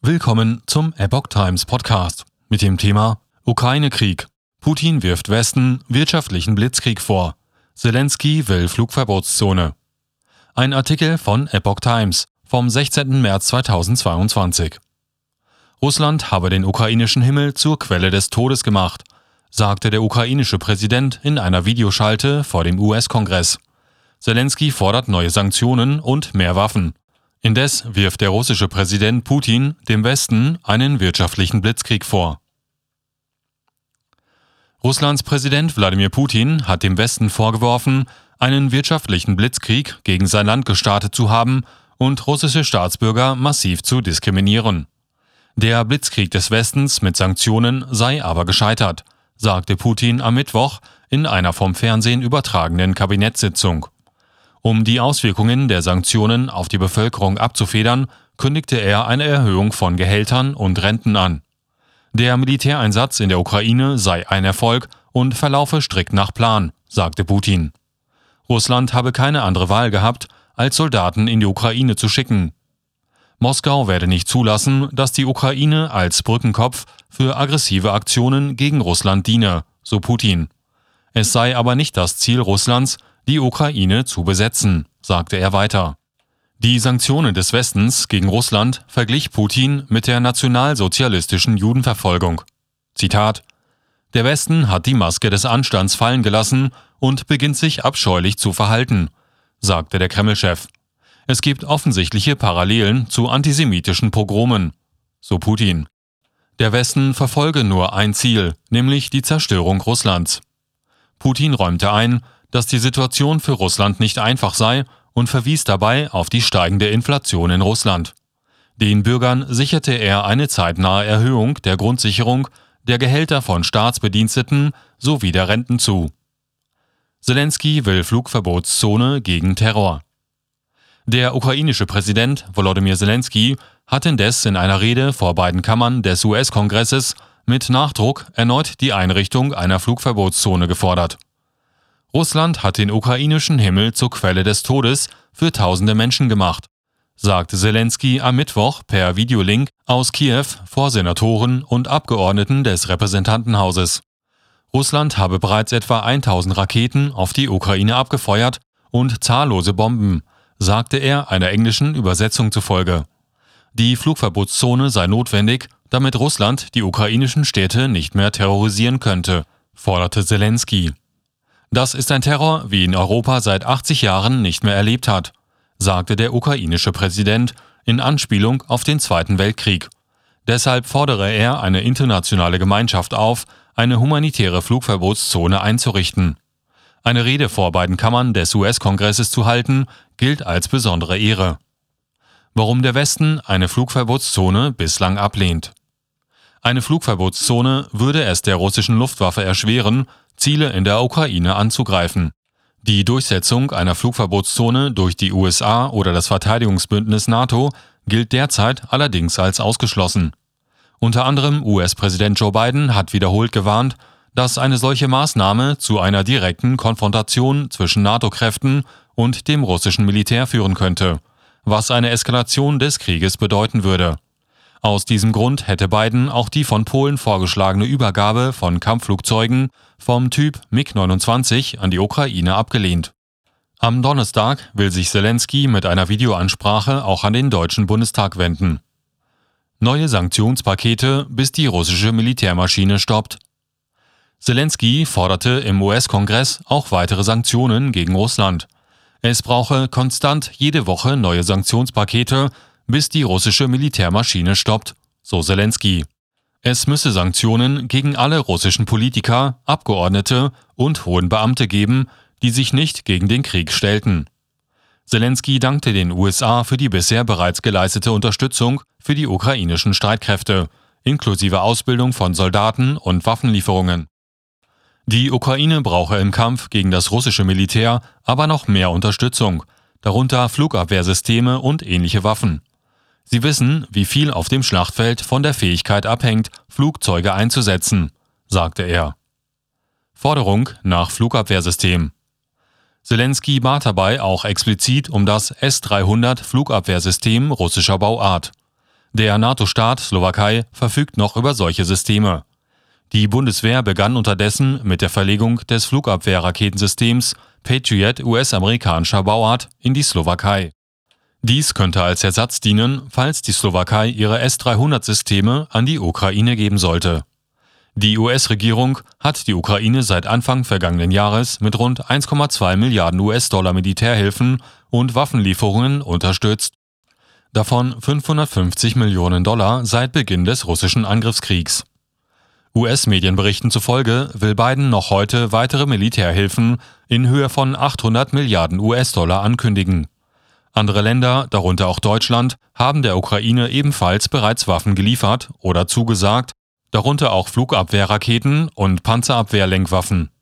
Willkommen zum Epoch Times Podcast mit dem Thema Ukraine-Krieg. Putin wirft Westen wirtschaftlichen Blitzkrieg vor. Zelensky will Flugverbotszone. Ein Artikel von Epoch Times vom 16. März 2022. Russland habe den ukrainischen Himmel zur Quelle des Todes gemacht, sagte der ukrainische Präsident in einer Videoschalte vor dem US-Kongress. Zelensky fordert neue Sanktionen und mehr Waffen. Indes wirft der russische Präsident Putin dem Westen einen wirtschaftlichen Blitzkrieg vor. Russlands Präsident Wladimir Putin hat dem Westen vorgeworfen, einen wirtschaftlichen Blitzkrieg gegen sein Land gestartet zu haben und russische Staatsbürger massiv zu diskriminieren. Der Blitzkrieg des Westens mit Sanktionen sei aber gescheitert, sagte Putin am Mittwoch in einer vom Fernsehen übertragenen Kabinettssitzung. Um die Auswirkungen der Sanktionen auf die Bevölkerung abzufedern, kündigte er eine Erhöhung von Gehältern und Renten an. Der Militäreinsatz in der Ukraine sei ein Erfolg und verlaufe strikt nach Plan, sagte Putin. Russland habe keine andere Wahl gehabt, als Soldaten in die Ukraine zu schicken. Moskau werde nicht zulassen, dass die Ukraine als Brückenkopf für aggressive Aktionen gegen Russland diene, so Putin. Es sei aber nicht das Ziel Russlands, die Ukraine zu besetzen, sagte er weiter. Die Sanktionen des Westens gegen Russland verglich Putin mit der nationalsozialistischen Judenverfolgung. Zitat: Der Westen hat die Maske des Anstands fallen gelassen und beginnt sich abscheulich zu verhalten, sagte der Kreml-Chef. Es gibt offensichtliche Parallelen zu antisemitischen Pogromen, so Putin. Der Westen verfolge nur ein Ziel, nämlich die Zerstörung Russlands. Putin räumte ein, dass die Situation für Russland nicht einfach sei und verwies dabei auf die steigende Inflation in Russland. Den Bürgern sicherte er eine zeitnahe Erhöhung der Grundsicherung, der Gehälter von Staatsbediensteten sowie der Renten zu. Zelensky will Flugverbotszone gegen Terror. Der ukrainische Präsident Volodymyr Zelensky hat indes in einer Rede vor beiden Kammern des US-Kongresses mit Nachdruck erneut die Einrichtung einer Flugverbotszone gefordert. Russland hat den ukrainischen Himmel zur Quelle des Todes für tausende Menschen gemacht, sagte Zelensky am Mittwoch per Videolink aus Kiew vor Senatoren und Abgeordneten des Repräsentantenhauses. Russland habe bereits etwa 1000 Raketen auf die Ukraine abgefeuert und zahllose Bomben, sagte er einer englischen Übersetzung zufolge. Die Flugverbotszone sei notwendig, damit Russland die ukrainischen Städte nicht mehr terrorisieren könnte, forderte Zelensky. Das ist ein Terror, wie ihn Europa seit 80 Jahren nicht mehr erlebt hat, sagte der ukrainische Präsident in Anspielung auf den Zweiten Weltkrieg. Deshalb fordere er eine internationale Gemeinschaft auf, eine humanitäre Flugverbotszone einzurichten. Eine Rede vor beiden Kammern des US-Kongresses zu halten, gilt als besondere Ehre. Warum der Westen eine Flugverbotszone bislang ablehnt. Eine Flugverbotszone würde es der russischen Luftwaffe erschweren, Ziele in der Ukraine anzugreifen. Die Durchsetzung einer Flugverbotszone durch die USA oder das Verteidigungsbündnis NATO gilt derzeit allerdings als ausgeschlossen. Unter anderem US-Präsident Joe Biden hat wiederholt gewarnt, dass eine solche Maßnahme zu einer direkten Konfrontation zwischen NATO-Kräften und dem russischen Militär führen könnte, was eine Eskalation des Krieges bedeuten würde. Aus diesem Grund hätte Biden auch die von Polen vorgeschlagene Übergabe von Kampfflugzeugen vom Typ MiG-29 an die Ukraine abgelehnt. Am Donnerstag will sich Zelensky mit einer Videoansprache auch an den Deutschen Bundestag wenden. Neue Sanktionspakete, bis die russische Militärmaschine stoppt. Zelensky forderte im US-Kongress auch weitere Sanktionen gegen Russland. Es brauche konstant jede Woche neue Sanktionspakete, bis die russische Militärmaschine stoppt, so Zelensky. Es müsse Sanktionen gegen alle russischen Politiker, Abgeordnete und hohen Beamte geben, die sich nicht gegen den Krieg stellten. Zelensky dankte den USA für die bisher bereits geleistete Unterstützung für die ukrainischen Streitkräfte, inklusive Ausbildung von Soldaten und Waffenlieferungen. Die Ukraine brauche im Kampf gegen das russische Militär aber noch mehr Unterstützung, darunter Flugabwehrsysteme und ähnliche Waffen. Sie wissen, wie viel auf dem Schlachtfeld von der Fähigkeit abhängt, Flugzeuge einzusetzen, sagte er. Forderung nach Flugabwehrsystem. Zelensky bat dabei auch explizit um das S-300 Flugabwehrsystem russischer Bauart. Der NATO-Staat Slowakei verfügt noch über solche Systeme. Die Bundeswehr begann unterdessen mit der Verlegung des Flugabwehrraketensystems Patriot US-amerikanischer Bauart in die Slowakei. Dies könnte als Ersatz dienen, falls die Slowakei ihre S-300-Systeme an die Ukraine geben sollte. Die US-Regierung hat die Ukraine seit Anfang vergangenen Jahres mit rund 1,2 Milliarden US-Dollar Militärhilfen und Waffenlieferungen unterstützt. Davon 550 Millionen Dollar seit Beginn des russischen Angriffskriegs. US-Medienberichten zufolge will Biden noch heute weitere Militärhilfen in Höhe von 800 Milliarden US-Dollar ankündigen. Andere Länder, darunter auch Deutschland, haben der Ukraine ebenfalls bereits Waffen geliefert oder zugesagt, darunter auch Flugabwehrraketen und Panzerabwehrlenkwaffen.